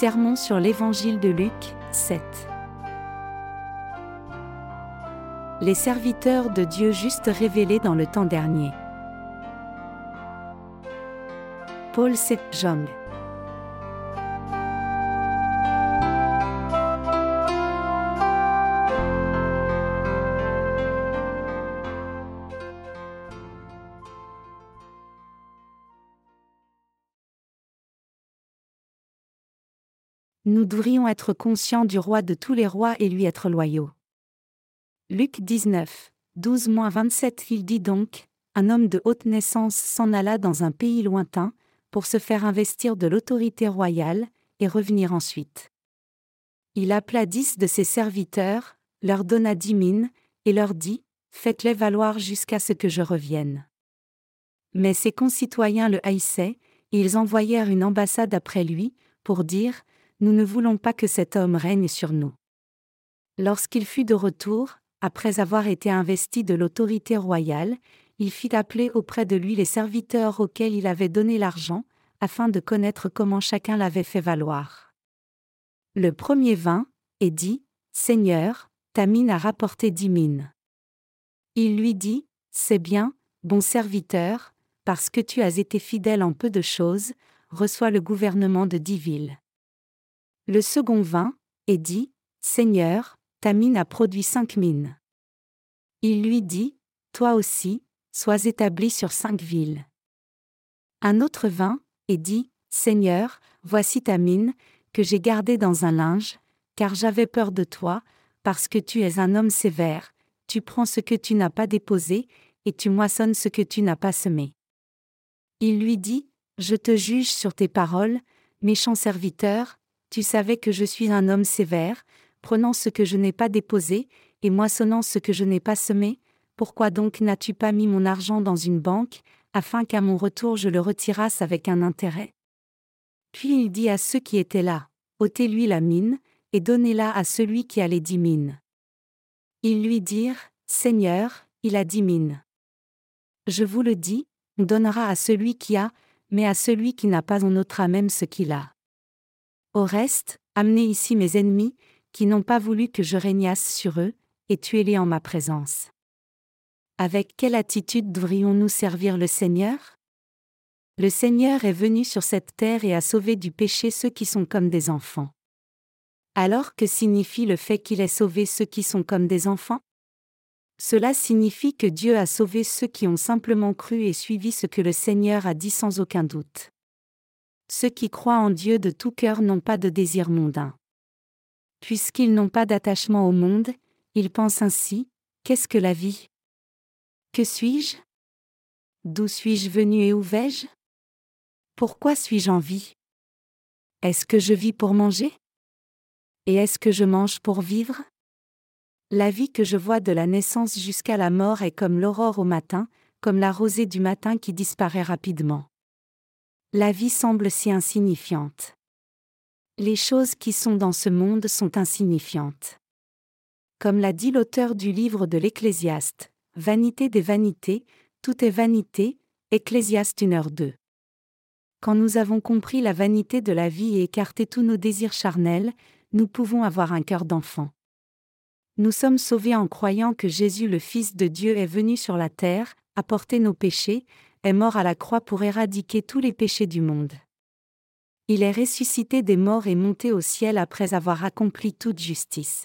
Sermon sur l'Évangile de Luc, 7. Les serviteurs de Dieu juste révélés dans le temps dernier. Paul Sejong. Nous devrions être conscients du roi de tous les rois et lui être loyaux. Luc 19, 12-27. Il dit donc, un homme de haute naissance s'en alla dans un pays lointain, pour se faire investir de l'autorité royale, et revenir ensuite. Il appela 10 de ses serviteurs, leur donna 10 mines, et leur dit, faites-les valoir jusqu'à ce que je revienne. Mais ses concitoyens le haïssaient, et ils envoyèrent une ambassade après lui, pour dire, nous ne voulons pas que cet homme règne sur nous. Lorsqu'il fut de retour, après avoir été investi de l'autorité royale, il fit appeler auprès de lui les serviteurs auxquels il avait donné l'argent, afin de connaître comment chacun l'avait fait valoir. Le premier vint, et dit, Seigneur, ta mine a rapporté 10 mines. Il lui dit, c'est bien, bon serviteur, parce que tu as été fidèle en peu de choses, reçois le gouvernement de 10 villes. Le second vint, et dit, Seigneur, ta mine a produit 5 mines. Il lui dit, toi aussi, sois établi sur 5 villes. Un autre vint, et dit, Seigneur, voici ta mine, que j'ai gardée dans un linge, car j'avais peur de toi, parce que tu es un homme sévère, tu prends ce que tu n'as pas déposé, et tu moissonnes ce que tu n'as pas semé. Il lui dit, je te juge sur tes paroles, méchant serviteur, tu savais que je suis un homme sévère, prenant ce que je n'ai pas déposé, et moissonnant ce que je n'ai pas semé, pourquoi donc n'as-tu pas mis mon argent dans une banque, afin qu'à mon retour je le retirasse avec un intérêt? Puis il dit à ceux qui étaient là, ôtez-lui la mine, et donnez-la à celui qui a les 10 mines. Ils lui dirent, Seigneur, il a 10 mines. Je vous le dis, on donnera à celui qui a, mais à celui qui n'a pas on ôtera même ce qu'il a. Au reste, amenez ici mes ennemis, qui n'ont pas voulu que je régnasse sur eux, et tuez-les en ma présence. Avec quelle attitude devrions-nous servir le Seigneur? Le Seigneur est venu sur cette terre et a sauvé du péché ceux qui sont comme des enfants. Alors que signifie le fait qu'il ait sauvé ceux qui sont comme des enfants? Cela signifie que Dieu a sauvé ceux qui ont simplement cru et suivi ce que le Seigneur a dit sans aucun doute. Ceux qui croient en Dieu de tout cœur n'ont pas de désir mondain. Puisqu'ils n'ont pas d'attachement au monde, ils pensent ainsi, qu'est-ce que la vie? Que suis-je? D'où suis-je venu et où vais-je? Pourquoi suis-je en vie? Est-ce que je vis pour manger? Et est-ce que je mange pour vivre? La vie que je vois de la naissance jusqu'à la mort est comme l'aurore au matin, comme la rosée du matin qui disparaît rapidement. La vie semble si insignifiante. Les choses qui sont dans ce monde sont insignifiantes. Comme l'a dit l'auteur du livre de l'Ecclésiaste, vanité des vanités, tout est vanité, Ecclésiaste 1h2. Quand nous avons compris la vanité de la vie et écarté tous nos désirs charnels, nous pouvons avoir un cœur d'enfant. Nous sommes sauvés en croyant que Jésus le Fils de Dieu est venu sur la terre, a porté nos péchés, est mort à la croix pour éradiquer tous les péchés du monde. Il est ressuscité des morts et monté au ciel après avoir accompli toute justice.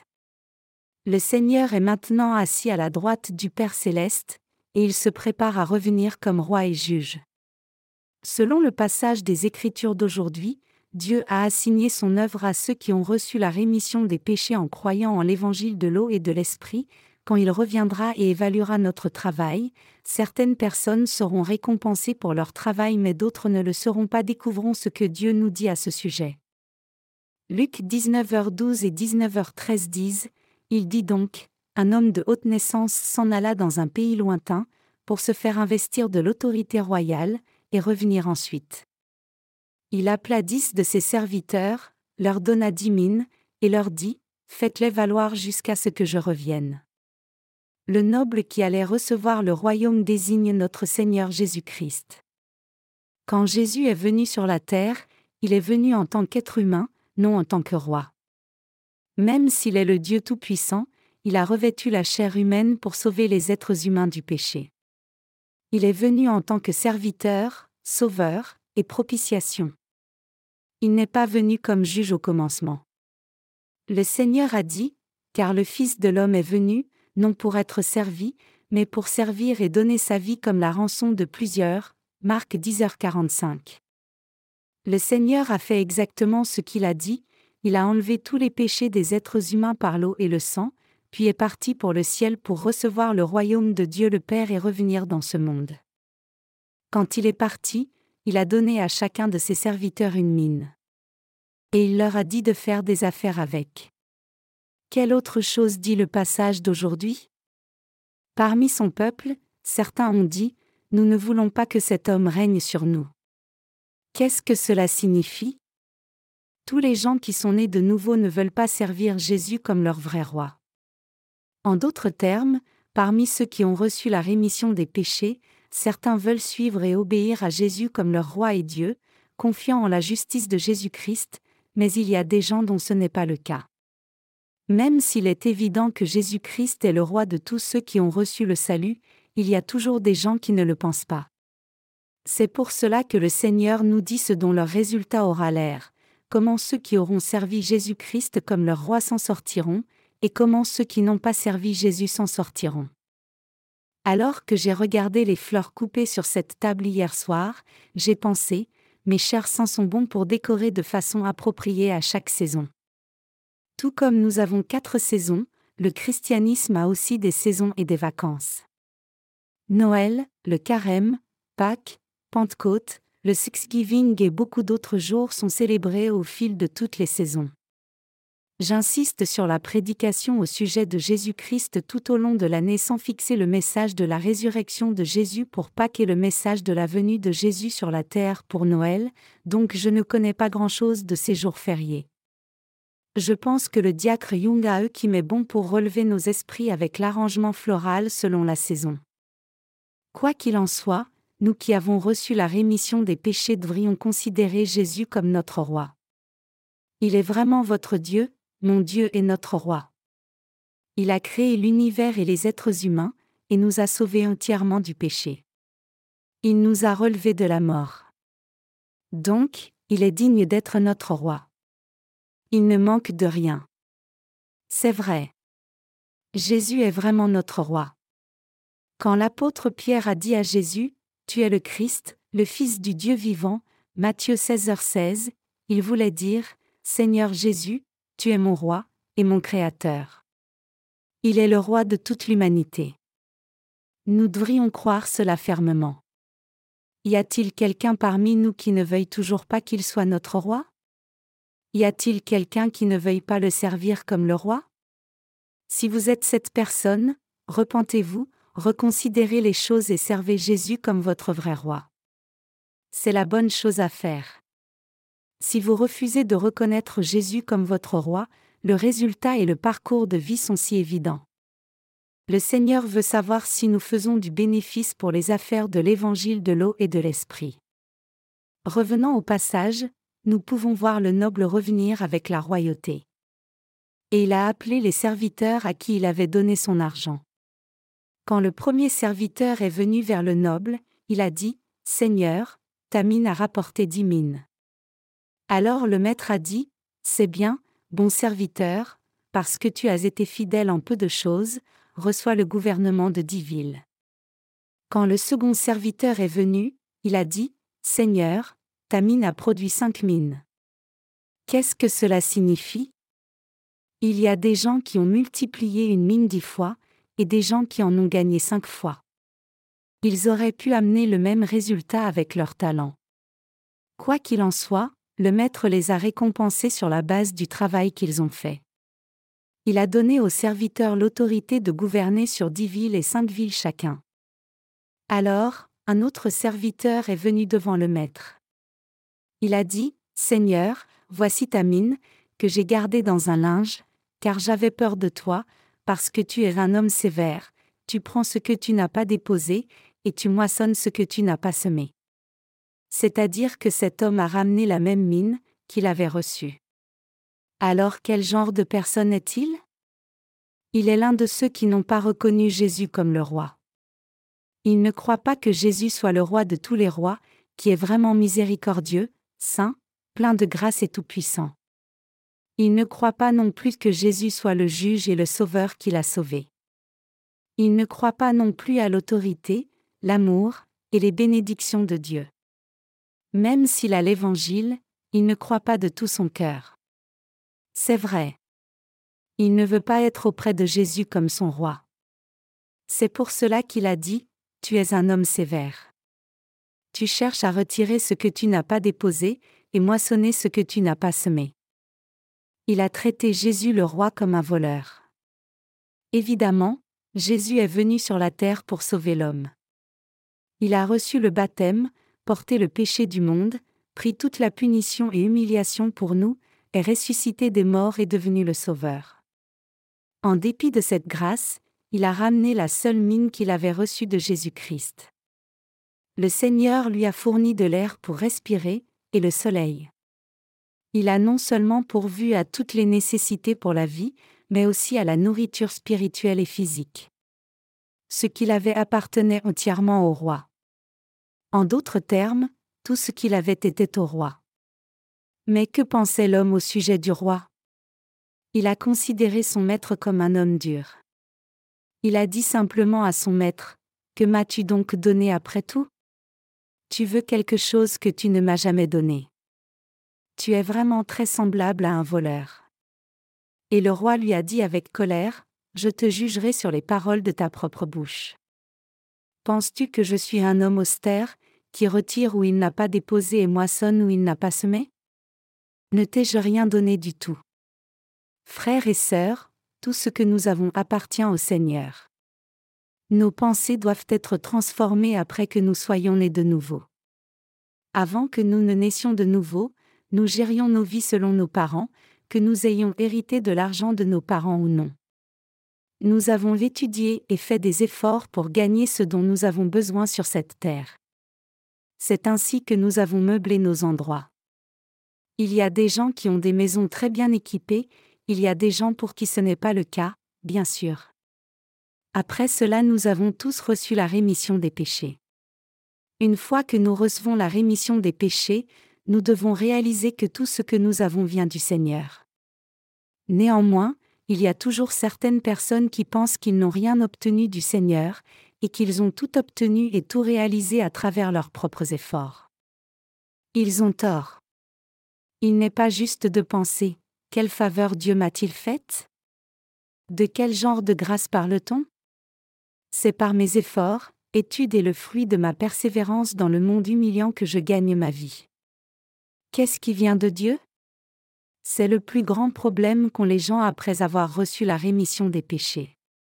Le Seigneur est maintenant assis à la droite du Père céleste, et il se prépare à revenir comme roi et juge. Selon le passage des Écritures d'aujourd'hui, Dieu a assigné son œuvre à ceux qui ont reçu la rémission des péchés en croyant en l'évangile de l'eau et de l'esprit. Quand il reviendra et évaluera notre travail, certaines personnes seront récompensées pour leur travail mais d'autres ne le seront pas. Découvrons ce que Dieu nous dit à ce sujet. Luc 19h12 et 19h13 disent, il dit donc, un homme de haute naissance s'en alla dans un pays lointain, pour se faire investir de l'autorité royale, et revenir ensuite. Il appela 10 de ses serviteurs, leur donna 10 mines, et leur dit, faites-les valoir jusqu'à ce que je revienne. Le noble qui allait recevoir le royaume désigne notre Seigneur Jésus-Christ. Quand Jésus est venu sur la terre, il est venu en tant qu'être humain, non en tant que roi. Même s'il est le Dieu Tout-Puissant, il a revêtu la chair humaine pour sauver les êtres humains du péché. Il est venu en tant que serviteur, sauveur et propitiation. Il n'est pas venu comme juge au commencement. Le Seigneur a dit, car le Fils de l'homme est venu, non pour être servi, mais pour servir et donner sa vie comme la rançon de plusieurs. Marc 10h45. Le Seigneur a fait exactement ce qu'il a dit, il a enlevé tous les péchés des êtres humains par l'eau et le sang, puis est parti pour le ciel pour recevoir le royaume de Dieu le Père et revenir dans ce monde. Quand il est parti, il a donné à chacun de ses serviteurs une mine. Et il leur a dit de faire des affaires avec. Quelle autre chose dit le passage d'aujourd'hui ? Parmi son peuple, certains ont dit, « Nous ne voulons pas que cet homme règne sur nous. » Qu'est-ce que cela signifie ? Tous les gens qui sont nés de nouveau ne veulent pas servir Jésus comme leur vrai roi. En d'autres termes, parmi ceux qui ont reçu la rémission des péchés, certains veulent suivre et obéir à Jésus comme leur roi et Dieu, confiant en la justice de Jésus-Christ, mais il y a des gens dont ce n'est pas le cas. Même s'il est évident que Jésus-Christ est le roi de tous ceux qui ont reçu le salut, il y a toujours des gens qui ne le pensent pas. C'est pour cela que le Seigneur nous dit ce dont leur résultat aura l'air, comment ceux qui auront servi Jésus-Christ comme leur roi s'en sortiront, et comment ceux qui n'ont pas servi Jésus s'en sortiront. Alors que j'ai regardé les fleurs coupées sur cette table hier soir, j'ai pensé, mes chers saints sont bons pour décorer de façon appropriée à chaque saison. Tout comme nous avons 4 saisons, le christianisme a aussi des saisons et des vacances. Noël, le Carême, Pâques, Pentecôte, le Thanksgiving et beaucoup d'autres jours sont célébrés au fil de toutes les saisons. J'insiste sur la prédication au sujet de Jésus-Christ tout au long de l'année sans fixer le message de la résurrection de Jésus pour Pâques et le message de la venue de Jésus sur la terre pour Noël, donc je ne connais pas grand-chose de ces jours fériés. Je pense que le diacre Jung a eux qui met bon pour relever nos esprits avec l'arrangement floral selon la saison. Quoi qu'il en soit, nous qui avons reçu la rémission des péchés devrions considérer Jésus comme notre roi. Il est vraiment votre Dieu, mon Dieu est notre roi. Il a créé l'univers et les êtres humains, et nous a sauvés entièrement du péché. Il nous a relevés de la mort. Donc, il est digne d'être notre roi. Il ne manque de rien. C'est vrai. Jésus est vraiment notre roi. Quand l'apôtre Pierre a dit à Jésus, « Tu es le Christ, le Fils du Dieu vivant », Matthieu 16h16, il voulait dire, « Seigneur Jésus, tu es mon roi, et mon Créateur. » Il est le roi de toute l'humanité. Nous devrions croire cela fermement. Y a-t-il quelqu'un parmi nous qui ne veuille toujours pas qu'il soit notre roi ? Y a-t-il quelqu'un qui ne veuille pas le servir comme le roi ? Si vous êtes cette personne, repentez-vous, reconsidérez les choses et servez Jésus comme votre vrai roi. C'est la bonne chose à faire. Si vous refusez de reconnaître Jésus comme votre roi, le résultat et le parcours de vie sont si évidents. Le Seigneur veut savoir si nous faisons du bénéfice pour les affaires de l'évangile de l'eau et de l'esprit. Revenant au passage, nous pouvons voir le noble revenir avec la royauté. Et il a appelé les serviteurs à qui il avait donné son argent. Quand le premier serviteur est venu vers le noble, il a dit, « Seigneur, ta mine a rapporté 10 mines. » Alors le maître a dit, « C'est bien, bon serviteur, parce que tu as été fidèle en peu de choses, reçois le gouvernement de 10 villes. » Quand le second serviteur est venu, il a dit, « Seigneur, ta mine a produit 5 mines. » Qu'est-ce que cela signifie ? Il y a des gens qui ont multiplié une mine 10 fois, et des gens qui en ont gagné 5 fois. Ils auraient pu amener le même résultat avec leur talent. Quoi qu'il en soit, le maître les a récompensés sur la base du travail qu'ils ont fait. Il a donné aux serviteurs l'autorité de gouverner sur 10 villes et 5 villes chacun. Alors, un autre serviteur est venu devant le maître. Il a dit, « Seigneur, voici ta mine, que j'ai gardée dans un linge, car j'avais peur de toi, parce que tu es un homme sévère, tu prends ce que tu n'as pas déposé, et tu moissonnes ce que tu n'as pas semé. » C'est-à-dire que cet homme a ramené la même mine qu'il avait reçue. Alors quel genre de personne est-il? Il est l'un de ceux qui n'ont pas reconnu Jésus comme le roi. Il ne croit pas que Jésus soit le roi de tous les rois, qui est vraiment miséricordieux, saint, plein de grâce et tout-puissant. Il ne croit pas non plus que Jésus soit le juge et le sauveur qui l'a sauvé. Il ne croit pas non plus à l'autorité, l'amour, et les bénédictions de Dieu. Même s'il a l'Évangile, il ne croit pas de tout son cœur. C'est vrai. Il ne veut pas être auprès de Jésus comme son roi. C'est pour cela qu'il a dit, « Tu es un homme sévère. Tu cherches à retirer ce que tu n'as pas déposé, et moissonner ce que tu n'as pas semé. » Il a traité Jésus le roi comme un voleur. Évidemment, Jésus est venu sur la terre pour sauver l'homme. Il a reçu le baptême, porté le péché du monde, pris toute la punition et humiliation pour nous, est ressuscité des morts et devenu le Sauveur. En dépit de cette grâce, il a ramené la seule mine qu'il avait reçue de Jésus-Christ. Le Seigneur lui a fourni de l'air pour respirer, et le soleil. Il a non seulement pourvu à toutes les nécessités pour la vie, mais aussi à la nourriture spirituelle et physique. Ce qu'il avait appartenait entièrement au roi. En d'autres termes, tout ce qu'il avait était au roi. Mais que pensait l'homme au sujet du roi? Il a considéré son maître comme un homme dur. Il a dit simplement à son maître, « Que m'as-tu donc donné après tout? Tu veux quelque chose que tu ne m'as jamais donné. Tu es vraiment très semblable à un voleur. » Et le roi lui a dit avec colère, « Je te jugerai sur les paroles de ta propre bouche. Penses-tu que je suis un homme austère, qui retire où il n'a pas déposé et moissonne où il n'a pas semé? Ne t'ai-je rien donné du tout? Frères et sœurs, tout ce que nous avons appartient au Seigneur. Nos pensées doivent être transformées après que nous soyons nés de nouveau. Avant que nous ne naissions de nouveau, nous gérions nos vies selon nos parents, que nous ayons hérité de l'argent de nos parents ou non. Nous avons étudié et fait des efforts pour gagner ce dont nous avons besoin sur cette terre. C'est ainsi que nous avons meublé nos endroits. Il y a des gens qui ont des maisons très bien équipées, il y a des gens pour qui ce n'est pas le cas, bien sûr. Après cela, nous avons tous reçu la rémission des péchés. Une fois que nous recevons la rémission des péchés, nous devons réaliser que tout ce que nous avons vient du Seigneur. Néanmoins, il y a toujours certaines personnes qui pensent qu'ils n'ont rien obtenu du Seigneur, et qu'ils ont tout obtenu et tout réalisé à travers leurs propres efforts. Ils ont tort. Il n'est pas juste de penser, « Quelle faveur Dieu m'a-t-il faite? De quel genre de grâce parle-t-on? C'est par mes efforts, études et le fruit de ma persévérance dans le monde humiliant que je gagne ma vie. » Qu'est-ce qui vient de Dieu? C'est le plus grand problème qu'ont les gens après avoir reçu la rémission des péchés.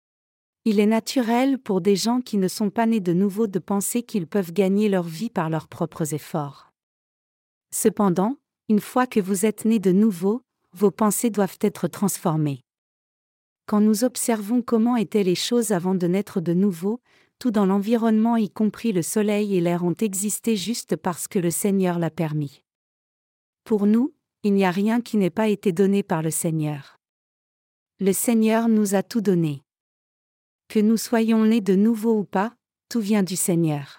Il est naturel pour des gens qui ne sont pas nés de nouveau de penser qu'ils peuvent gagner leur vie par leurs propres efforts. Cependant, une fois que vous êtes nés de nouveau, vos pensées doivent être transformées. Quand nous observons comment étaient les choses avant de naître de nouveau, tout dans l'environnement y compris le soleil et l'air ont existé juste parce que le Seigneur l'a permis. Pour nous, il n'y a rien qui n'ait pas été donné par le Seigneur. Le Seigneur nous a tout donné. Que nous soyons nés de nouveau ou pas, tout vient du Seigneur.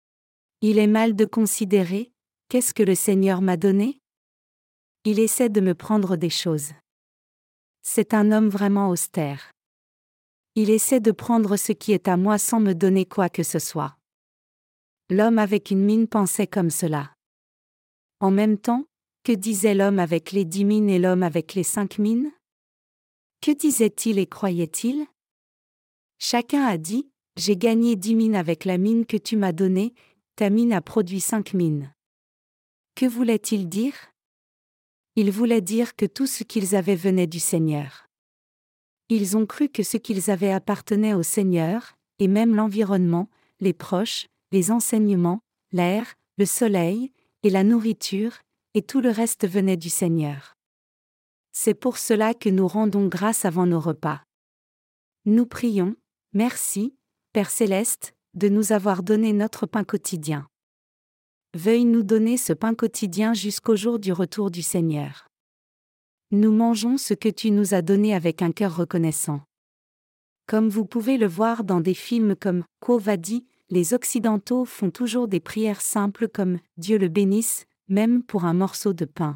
Il est mal de considérer, qu'est-ce que le Seigneur m'a donné? Il essaie de me prendre des choses. C'est un homme vraiment austère. Il essaie de prendre ce qui est à moi sans me donner quoi que ce soit. L'homme avec une mine pensait comme cela. En même temps, que disait l'homme avec les 10 mines et l'homme avec les 5 mines? Que disait-il et croyait-il? Chacun a dit, « J'ai gagné 10 mines avec la mine que tu m'as donnée, ta mine a produit 5 mines. » Que voulait-il dire? Il voulait dire que tout ce qu'ils avaient venait du Seigneur. Ils ont cru que ce qu'ils avaient appartenait au Seigneur, et même l'environnement, les proches, les enseignements, l'air, le soleil, et la nourriture, et tout le reste venait du Seigneur. C'est pour cela que nous rendons grâce avant nos repas. Nous prions, « Merci, Père Céleste, de nous avoir donné notre pain quotidien. Veuille nous donner ce pain quotidien jusqu'au jour du retour du Seigneur. Nous mangeons ce que tu nous as donné avec un cœur reconnaissant. Comme vous pouvez le voir dans des films comme Quo Vadis, les Occidentaux font toujours des prières simples comme Dieu le bénisse, même pour un morceau de pain.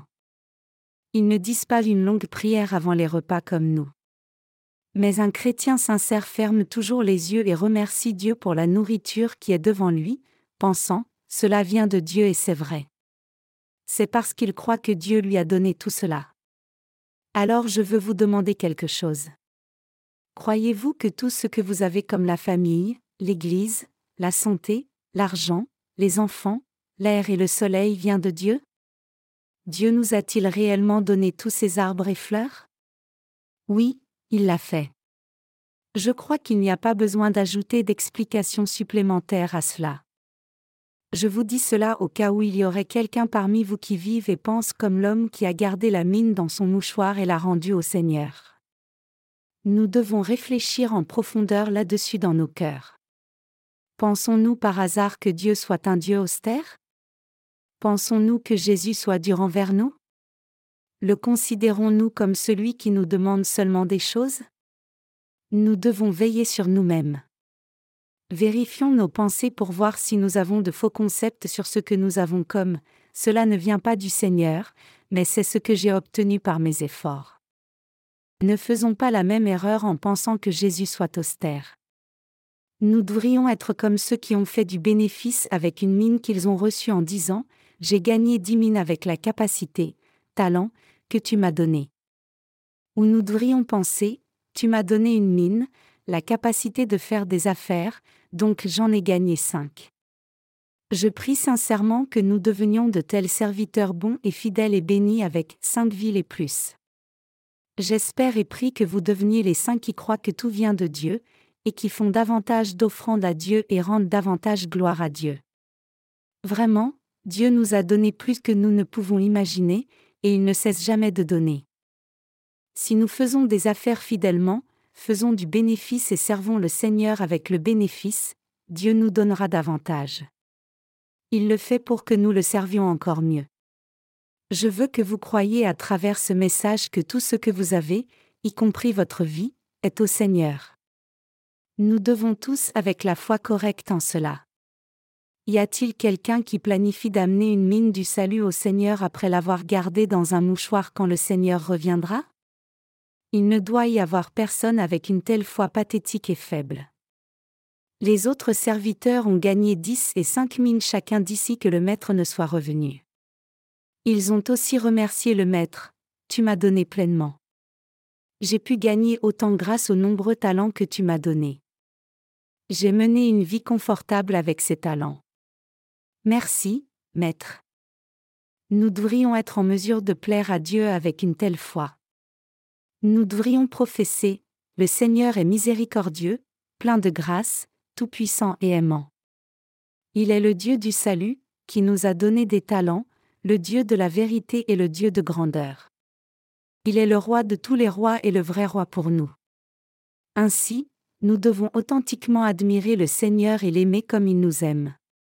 Ils ne disent pas une longue prière avant les repas comme nous. Mais un chrétien sincère ferme toujours les yeux et remercie Dieu pour la nourriture qui est devant lui, pensant, cela vient de Dieu et c'est vrai. C'est parce qu'il croit que Dieu lui a donné tout cela. Alors je veux vous demander quelque chose. Croyez-vous que tout ce que vous avez comme la famille, l'Église, la santé, l'argent, les enfants, l'air et le soleil vient de Dieu? Dieu nous a-t-il réellement donné tous ces arbres et fleurs? Oui, il l'a fait. Je crois qu'il n'y a pas besoin d'ajouter d'explications supplémentaires à cela. Je vous dis cela au cas où il y aurait quelqu'un parmi vous qui vive et pense comme l'homme qui a gardé la mine dans son mouchoir et l'a rendue au Seigneur. Nous devons réfléchir en profondeur là-dessus dans nos cœurs. Pensons-nous par hasard que Dieu soit un Dieu austère? Pensons-nous que Jésus soit dur envers nous? Le considérons-nous comme celui qui nous demande seulement des choses? Nous devons veiller sur nous-mêmes. Vérifions nos pensées pour voir si nous avons de faux concepts sur ce que nous avons comme « cela ne vient pas du Seigneur, mais c'est ce que j'ai obtenu par mes efforts ». Ne faisons pas la même erreur en pensant que Jésus soit austère. Nous devrions être comme ceux qui ont fait du bénéfice avec une mine qu'ils ont reçue en disant « J'ai gagné 10 mines avec la capacité, talent, que tu m'as donné. » Ou nous devrions penser « Tu m'as donné une mine, la capacité de faire des affaires, donc j'en ai gagné 5. » Je prie sincèrement que nous devenions de tels serviteurs bons et fidèles et bénis avec 5 villes et plus. J'espère et prie que vous deveniez les saints qui croient que tout vient de Dieu, et qui font davantage d'offrandes à Dieu et rendent davantage gloire à Dieu. Vraiment, Dieu nous a donné plus que nous ne pouvons imaginer, et il ne cesse jamais de donner. Si nous faisons des affaires fidèlement, faisons du bénéfice et servons le Seigneur avec le bénéfice, Dieu nous donnera davantage. Il le fait pour que nous le servions encore mieux. Je veux que vous croyiez à travers ce message que tout ce que vous avez, y compris votre vie, est au Seigneur. Nous devons tous avec la foi correcte en cela. Y a-t-il quelqu'un qui planifie d'amener une mine du salut au Seigneur après l'avoir gardée dans un mouchoir quand le Seigneur reviendra? Il ne doit y avoir personne avec une telle foi pathétique et faible. Les autres serviteurs ont gagné 10 et 5 mines chacun d'ici que le maître ne soit revenu. Ils ont aussi remercié le maître, « Tu m'as donné pleinement. J'ai pu gagner autant grâce aux nombreux talents que tu m'as donnés. J'ai mené une vie confortable avec ces talents. Merci, maître. » Nous devrions être en mesure de plaire à Dieu avec une telle foi. Nous devrions professer, « Le Seigneur est miséricordieux, plein de grâce, tout-puissant et aimant. Il est le Dieu du salut, qui nous a donné des talents, le Dieu de la vérité et le Dieu de grandeur. Il est le roi de tous les rois et le vrai roi pour nous. Ainsi, nous devons authentiquement admirer le Seigneur et l'aimer comme il nous aime.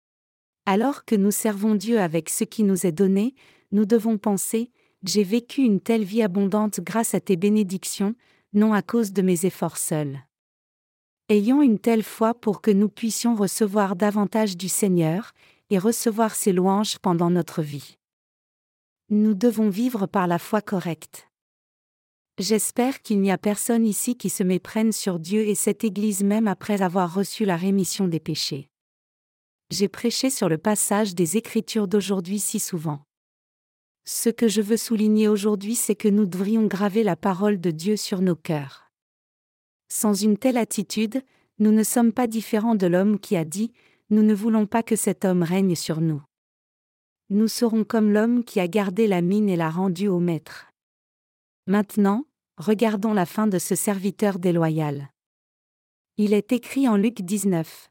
Alors que nous servons Dieu avec ce qui nous est donné, nous devons penser « J'ai vécu une telle vie abondante grâce à tes bénédictions, non à cause de mes efforts seuls. » Ayons une telle foi pour que nous puissions recevoir davantage du Seigneur, et recevoir ses louanges pendant notre vie. Nous devons vivre par la foi correcte. J'espère qu'il n'y a personne ici qui se méprenne sur Dieu et cette Église même après avoir reçu la rémission des péchés. J'ai prêché sur le passage des Écritures d'aujourd'hui si souvent. Ce que je veux souligner aujourd'hui, c'est que nous devrions graver la parole de Dieu sur nos cœurs. Sans une telle attitude, nous ne sommes pas différents de l'homme qui a dit « Nous ne voulons pas que cet homme règne sur nous. » Nous serons comme l'homme qui a gardé la mine et l'a rendue au maître. Maintenant, regardons la fin de ce serviteur déloyal. Il est écrit en Luc 19,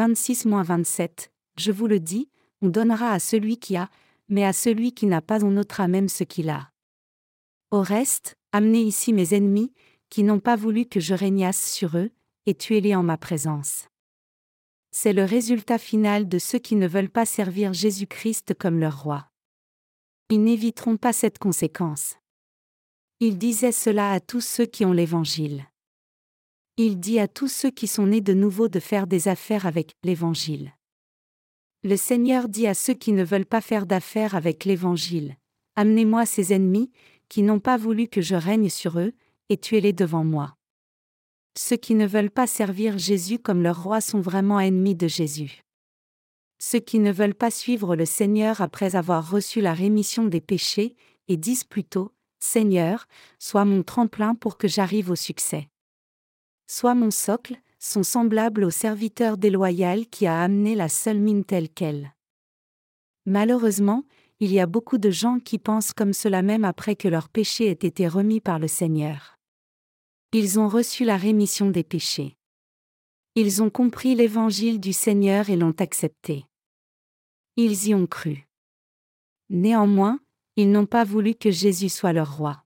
26-27, « Je vous le dis, on donnera à celui qui a, mais à celui qui n'a pas on ôtera même ce qu'il a. Au reste, amenez ici mes ennemis, qui n'ont pas voulu que je régnasse sur eux, et tuez-les en ma présence. » C'est le résultat final de ceux qui ne veulent pas servir Jésus-Christ comme leur roi. Ils n'éviteront pas cette conséquence. Il disait cela à tous ceux qui ont l'Évangile. Il dit à tous ceux qui sont nés de nouveau de faire des affaires avec l'Évangile. Le Seigneur dit à ceux qui ne veulent pas faire d'affaires avec l'Évangile, « Amenez-moi ces ennemis, qui n'ont pas voulu que je règne sur eux, et tuez-les devant moi. » Ceux qui ne veulent pas servir Jésus comme leur roi sont vraiment ennemis de Jésus. Ceux qui ne veulent pas suivre le Seigneur après avoir reçu la rémission des péchés, et disent plutôt, « Seigneur, sois mon tremplin pour que j'arrive au succès. Sois mon socle », sont semblables au serviteur déloyal qui a amené la seule mine telle qu'elle. Malheureusement, il y a beaucoup de gens qui pensent comme cela même après que leurs péchés aient été remis par le Seigneur. Ils ont reçu la rémission des péchés. Ils ont compris l'évangile du Seigneur et l'ont accepté. Ils y ont cru. Néanmoins, ils n'ont pas voulu que Jésus soit leur roi.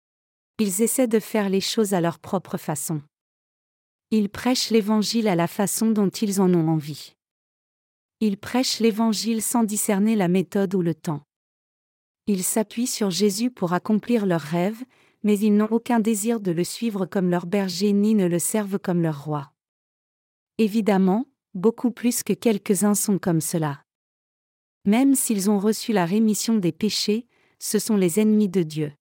Ils essaient de faire les choses à leur propre façon. Ils prêchent l'évangile à la façon dont ils en ont envie. Ils prêchent l'évangile sans discerner la méthode ou le temps. Ils s'appuient sur Jésus pour accomplir leurs rêves, mais ils n'ont aucun désir de le suivre comme leur berger ni ne le servent comme leur roi. Évidemment, beaucoup plus que quelques-uns sont comme cela. Même s'ils ont reçu la rémission des péchés, ce sont les ennemis de Dieu.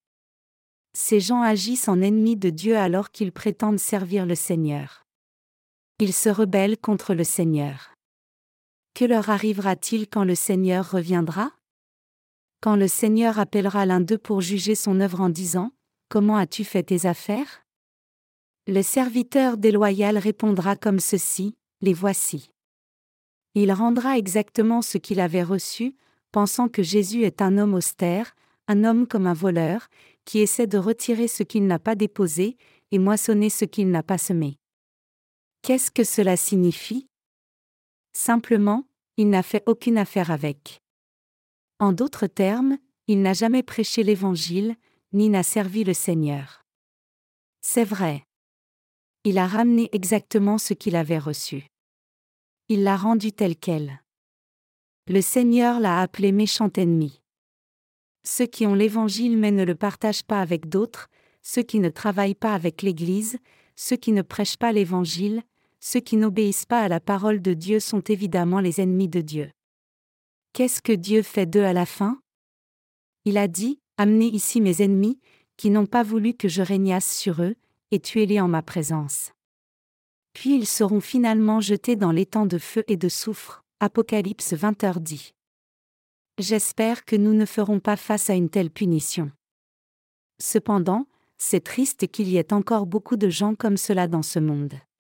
Ces gens agissent en ennemis de Dieu alors qu'ils prétendent servir le Seigneur. Ils se rebellent contre le Seigneur. Que leur arrivera-t-il quand le Seigneur reviendra? Quand le Seigneur appellera l'un d'eux pour juger son œuvre en disant, « Comment as-tu fait tes affaires ?» Le serviteur déloyal répondra comme ceci, « Les voici. » Il rendra exactement ce qu'il avait reçu, pensant que Jésus est un homme austère, un homme comme un voleur, qui essaie de retirer ce qu'il n'a pas déposé, et moissonner ce qu'il n'a pas semé. Qu'est-ce que cela signifie? Simplement, il n'a fait aucune affaire avec. En d'autres termes, il n'a jamais prêché l'Évangile, ni n'a servi le Seigneur. C'est vrai. Il a ramené exactement ce qu'il avait reçu. Il l'a rendu tel quel. Le Seigneur l'a appelé méchant ennemi. Ceux qui ont l'Évangile mais ne le partagent pas avec d'autres, ceux qui ne travaillent pas avec l'Église, ceux qui ne prêchent pas l'Évangile, ceux qui n'obéissent pas à la parole de Dieu sont évidemment les ennemis de Dieu. Qu'est-ce que Dieu fait d'eux à la fin? Il a dit, « Amenez ici mes ennemis, qui n'ont pas voulu que je régnasse sur eux, et tuez-les en ma présence. » Puis ils seront finalement jetés dans l'étang de feu et de soufre. Apocalypse 20h dit. J'espère que nous ne ferons pas face à une telle punition. Cependant, c'est triste qu'il y ait encore beaucoup de gens comme cela dans ce monde.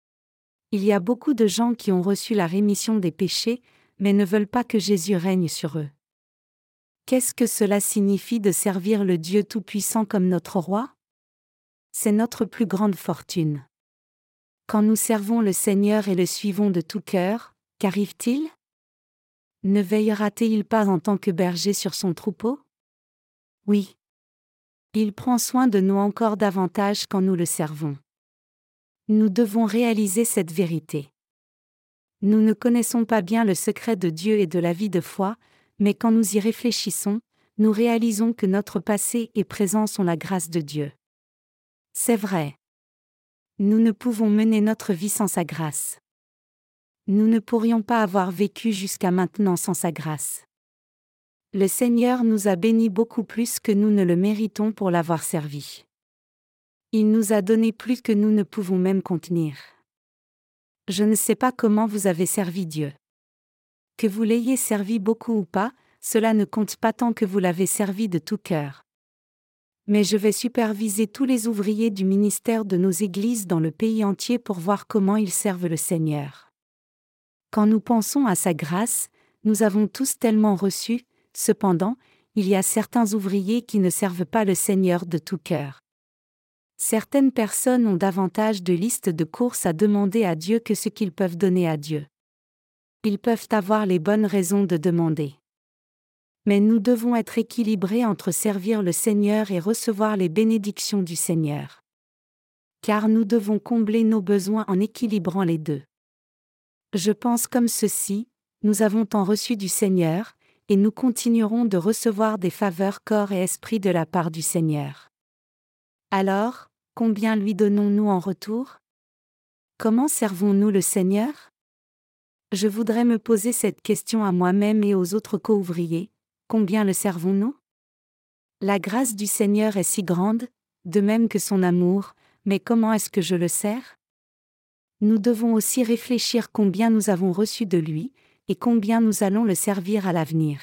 Il y a beaucoup de gens qui ont reçu la rémission des péchés, mais ne veulent pas que Jésus règne sur eux. Qu'est-ce que cela signifie de servir le Dieu Tout-Puissant comme notre roi? C'est notre plus grande fortune. Quand nous servons le Seigneur et le suivons de tout cœur, qu'arrive-t-il? Ne veillera-t-il pas en tant que berger sur son troupeau? Oui. Il prend soin de nous encore davantage quand nous le servons. Nous devons réaliser cette vérité. Nous ne connaissons pas bien le secret de Dieu et de la vie de foi, mais quand nous y réfléchissons, nous réalisons que notre passé et présent sont la grâce de Dieu. C'est vrai. Nous ne pouvons mener notre vie sans sa grâce. Nous ne pourrions pas avoir vécu jusqu'à maintenant sans sa grâce. Le Seigneur nous a bénis beaucoup plus que nous ne le méritons pour l'avoir servi. Il nous a donné plus que nous ne pouvons même contenir. Je ne sais pas comment vous avez servi Dieu. Que vous l'ayez servi beaucoup ou pas, cela ne compte pas tant que vous l'avez servi de tout cœur. Mais je vais superviser tous les ouvriers du ministère de nos églises dans le pays entier pour voir comment ils servent le Seigneur. Quand nous pensons à sa grâce, nous avons tous tellement reçu, cependant, il y a certains ouvriers qui ne servent pas le Seigneur de tout cœur. Certaines personnes ont davantage de listes de courses à demander à Dieu que ce qu'ils peuvent donner à Dieu. Ils peuvent avoir les bonnes raisons de demander. Mais nous devons être équilibrés entre servir le Seigneur et recevoir les bénédictions du Seigneur. Car nous devons combler nos besoins en équilibrant les deux. Je pense comme ceci, nous avons tant reçu du Seigneur, et nous continuerons de recevoir des faveurs corps et esprit de la part du Seigneur. Alors, combien lui donnons-nous en retour? Comment servons-nous le Seigneur? Je voudrais me poser cette question à moi-même et aux autres co-ouvriers. Combien le servons-nous? La grâce du Seigneur est si grande, de même que son amour, mais comment est-ce que je le sers? Nous devons aussi réfléchir combien nous avons reçu de lui, et combien nous allons le servir à l'avenir.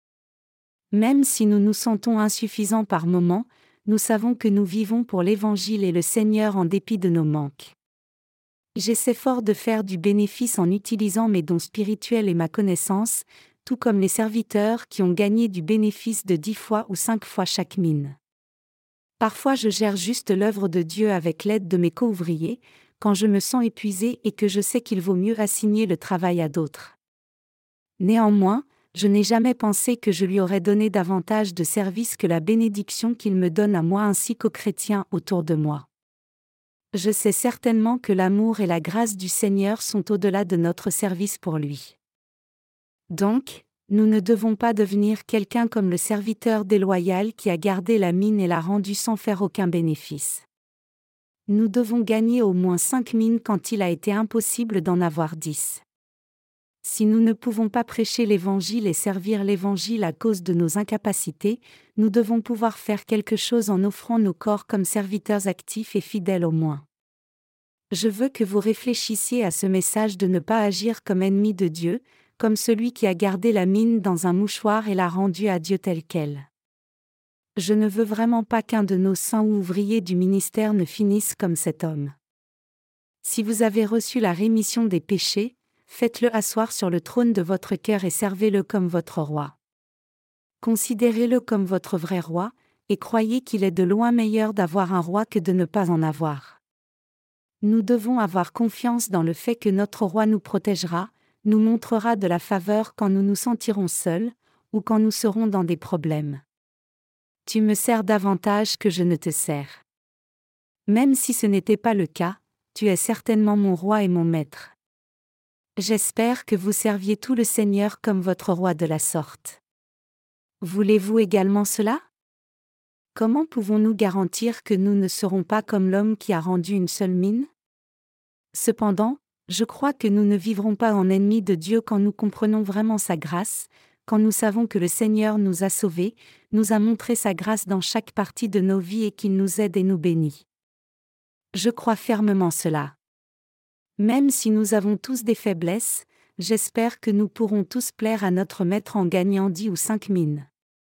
Même si nous nous sentons insuffisants par moments, nous savons que nous vivons pour l'Évangile et le Seigneur en dépit de nos manques. J'essaie fort de faire du bénéfice en utilisant mes dons spirituels et ma connaissance, tout comme les serviteurs qui ont gagné du bénéfice de 10 fois ou 5 fois chaque mine. Parfois je gère juste l'œuvre de Dieu avec l'aide de mes co-ouvriers, quand je me sens épuisé et que je sais qu'il vaut mieux assigner le travail à d'autres. Néanmoins, je n'ai jamais pensé que je lui aurais donné davantage de service que la bénédiction qu'il me donne à moi ainsi qu'aux chrétiens autour de moi. Je sais certainement que l'amour et la grâce du Seigneur sont au-delà de notre service pour lui. Donc, nous ne devons pas devenir quelqu'un comme le serviteur déloyal qui a gardé la mine et l'a rendue sans faire aucun bénéfice. Nous devons gagner au moins 5 mines quand il a été impossible d'en avoir 10. Si nous ne pouvons pas prêcher l'Évangile et servir l'Évangile à cause de nos incapacités, nous devons pouvoir faire quelque chose en offrant nos corps comme serviteurs actifs et fidèles au moins. Je veux que vous réfléchissiez à ce message de ne pas agir comme ennemi de Dieu, comme celui qui a gardé la mine dans un mouchoir et l'a rendue à Dieu telle qu'elle. Je ne veux vraiment pas qu'un de nos saints ou ouvriers du ministère ne finisse comme cet homme. Si vous avez reçu la rémission des péchés, faites-le asseoir sur le trône de votre cœur et servez-le comme votre roi. Considérez-le comme votre vrai roi, et croyez qu'il est de loin meilleur d'avoir un roi que de ne pas en avoir. Nous devons avoir confiance dans le fait que notre roi nous protégera, nous montrera de la faveur quand nous nous sentirons seuls, ou quand nous serons dans des problèmes. Tu me sers davantage que je ne te sers. Même si ce n'était pas le cas, tu es certainement mon roi et mon maître. J'espère que vous serviez tout le Seigneur comme votre roi de la sorte. Voulez-vous également cela? Comment pouvons-nous garantir que nous ne serons pas comme l'homme qui a rendu une seule mine? Cependant, je crois que nous ne vivrons pas en ennemis de Dieu quand nous comprenons vraiment sa grâce, quand nous savons que le Seigneur nous a sauvés, nous a montré sa grâce dans chaque partie de nos vies et qu'il nous aide et nous bénit. Je crois fermement cela. Même si nous avons tous des faiblesses, j'espère que nous pourrons tous plaire à notre Maître en gagnant 10 ou 5 mines.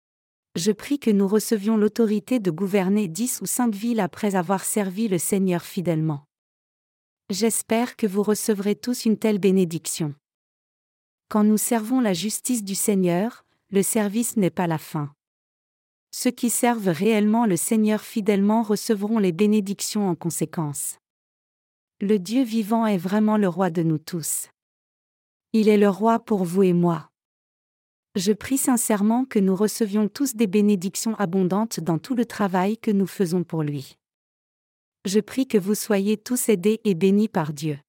Je prie que nous recevions l'autorité de gouverner 10 ou 5 villes après avoir servi le Seigneur fidèlement. J'espère que vous recevrez tous une telle bénédiction. Quand nous servons la justice du Seigneur, le service n'est pas la fin. Ceux qui servent réellement le Seigneur fidèlement recevront les bénédictions en conséquence. Le Dieu vivant est vraiment le roi de nous tous. Il est le roi pour vous et moi. Je prie sincèrement que nous recevions tous des bénédictions abondantes dans tout le travail que nous faisons pour lui. Je prie que vous soyez tous aidés et bénis par Dieu.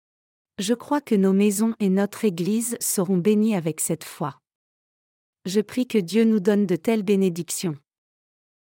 Je crois que nos maisons et notre Église seront bénies avec cette foi. Je prie que Dieu nous donne de telles bénédictions.